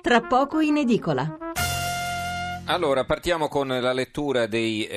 tra poco in edicola. Allora, partiamo con la lettura dei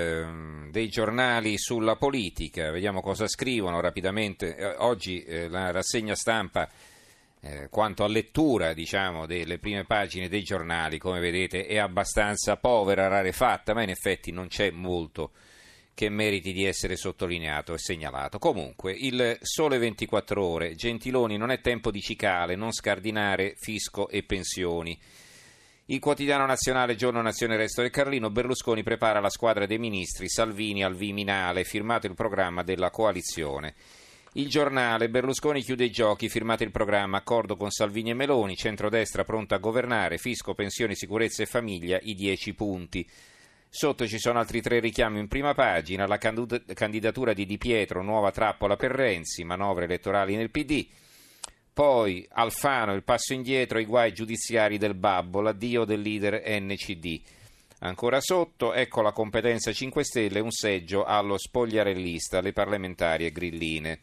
giornali sulla politica, vediamo cosa scrivono rapidamente. Oggi la rassegna stampa, quanto a lettura, diciamo, delle prime pagine dei giornali, come vedete, è abbastanza povera, rarefatta, ma in effetti non c'è molto che meriti di essere sottolineato e segnalato. Comunque, il Sole 24 Ore, Gentiloni, non è tempo di cicale, non scardinare fisco e pensioni. Il Quotidiano Nazionale, Giorno, Nazione, Resto del Carlino, Berlusconi prepara la squadra dei ministri, Salvini al Viminale, firmato il programma della coalizione. Il Giornale, Berlusconi chiude i giochi, firmato il programma, accordo con Salvini e Meloni, centrodestra pronta a governare, fisco, pensioni, sicurezza e famiglia, i 10 punti. Sotto ci sono altri 3 richiami in prima pagina, la candidatura di Di Pietro, nuova trappola per Renzi, manovre elettorali nel PD. Poi Alfano, il passo indietro, i guai giudiziari del babbo, l'addio del leader NCD. Ancora sotto, ecco la competenza 5 Stelle, un seggio allo spogliarellista, le parlamentari e grilline.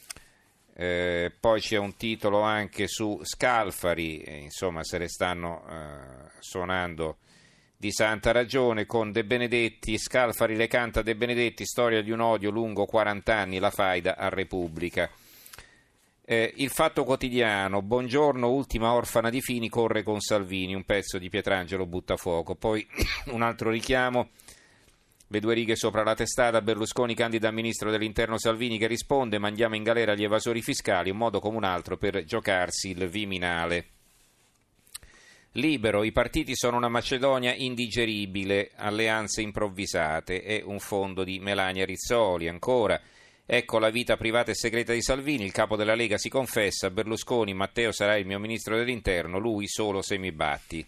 Poi c'è un titolo anche su Scalfari, insomma se ne stanno suonando di santa ragione con De Benedetti, Scalfari le canta De Benedetti, storia di un odio lungo 40 anni, la faida a Repubblica. Il Fatto Quotidiano, Buongiorno, ultima orfana di Fini, corre con Salvini, un pezzo di Pietrangelo Buttafuoco. Poi un altro richiamo, le 2 righe sopra la testata, Berlusconi candida ministro dell'interno Salvini che risponde, mandiamo in galera gli evasori fiscali, un modo come un altro per giocarsi il Viminale. Libero, i partiti sono una Macedonia indigeribile, alleanze improvvisate, è un fondo di Melania Rizzoli. Ancora, ecco la vita privata e segreta di Salvini, il capo della Lega si confessa, Berlusconi, Matteo sarà il mio ministro dell'interno, lui solo se mi batti.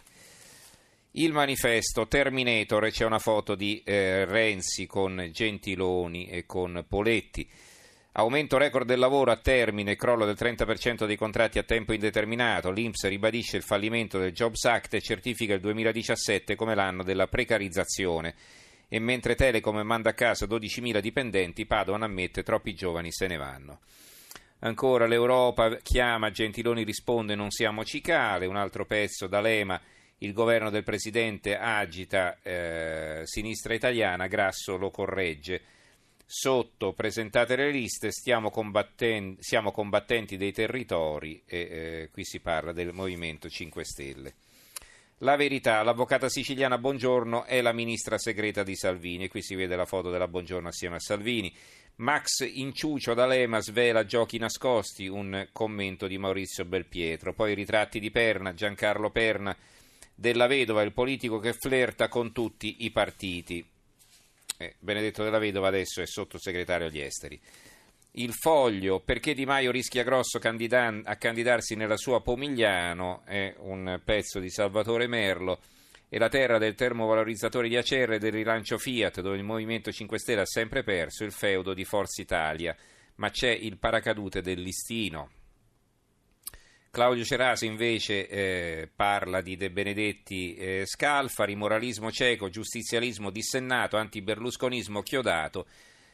Il Manifesto, Terminator, c'è una foto di Renzi con Gentiloni e con Poletti. Aumento record del lavoro a termine, crollo del 30% dei contratti a tempo indeterminato, l'INPS ribadisce il fallimento del Jobs Act e certifica il 2017 come l'anno della precarizzazione. E mentre Telecom manda a casa 12.000 dipendenti, Padoan ammette troppi giovani se ne vanno. Ancora l'Europa chiama, Gentiloni risponde non siamo cicale, un altro pezzo D'Alema, il governo del presidente agita sinistra italiana, Grasso lo corregge. Sotto, presentate le liste, siamo combattenti dei territori e qui si parla del Movimento 5 Stelle. La Verità, l'avvocata siciliana Bongiorno è la ministra segreta di Salvini e qui si vede la foto della Bongiorno assieme a Salvini. Max Inciucio D'Alema svela giochi nascosti, un commento di Maurizio Belpietro. Poi i ritratti di Perna, Giancarlo Perna, della Vedova, il politico che flirta con tutti i partiti. Benedetto Della Vedova adesso è sottosegretario agli esteri. Il Foglio, perché Di Maio rischia grosso a candidarsi nella sua Pomigliano, è un pezzo di Salvatore Merlo. E la terra del termovalorizzatore di Acerra e del rilancio Fiat, dove il Movimento 5 Stelle ha sempre perso, il feudo di Forza Italia, ma c'è il paracadute del listino. Claudio Cerasi invece parla di De Benedetti Scalfari, moralismo cieco, giustizialismo dissennato, antiberlusconismo chiodato.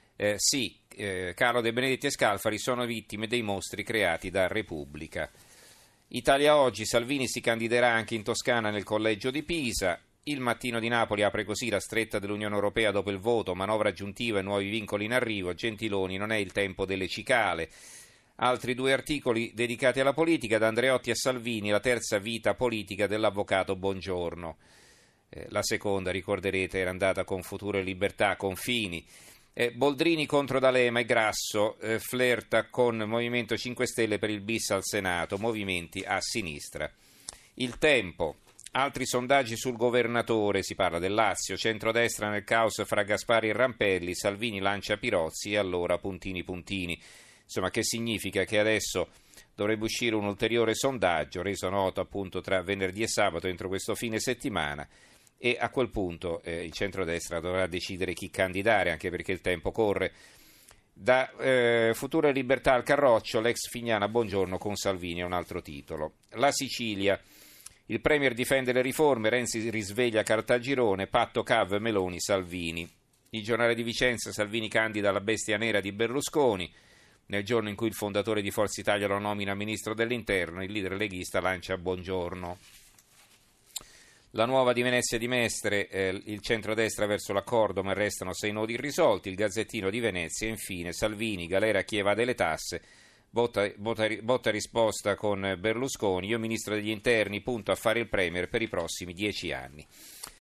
Carlo De Benedetti e Scalfari sono vittime dei mostri creati da Repubblica. Italia Oggi, Salvini si candiderà anche in Toscana nel collegio di Pisa. Il Mattino di Napoli apre così la stretta dell'Unione Europea dopo il voto, manovra aggiuntiva e nuovi vincoli in arrivo, Gentiloni non è il tempo delle cicale. Altri 2 articoli dedicati alla politica, da Andreotti a Salvini, la terza vita politica dell'avvocato Bongiorno. La seconda, ricorderete, era andata con Futuro e Libertà, con Fini. Boldrini contro D'Alema e Grasso, flirta con Movimento 5 Stelle per il bis al Senato, movimenti a sinistra. Il Tempo, altri sondaggi sul governatore, si parla del Lazio, centrodestra nel caos fra Gaspari e Rampelli, Salvini lancia Pirozzi e allora puntini puntini. Insomma, che significa che adesso dovrebbe uscire un ulteriore sondaggio, reso noto appunto tra venerdì e sabato entro questo fine settimana, e a quel punto il centrodestra dovrà decidere chi candidare, anche perché il tempo corre. Da Futuro e Libertà al Carroccio, l'ex Fignana Bongiorno con Salvini è un altro titolo. La Sicilia, il Premier difende le riforme, Renzi risveglia Caltagirone, patto Cav, Meloni, Salvini. Il Giornale di Vicenza, Salvini candida la bestia nera di Berlusconi. Nel giorno in cui il fondatore di Forza Italia lo nomina ministro dell'interno, il leader leghista lancia Buongiorno. La nuova di Venezia di Mestre, il centrodestra verso l'accordo, ma restano 6 nodi irrisolti. Il Gazzettino di Venezia, infine, Salvini, galera a chi evade le tasse, botta risposta con Berlusconi, io ministro degli interni, punto a fare il premier per i prossimi 10 anni.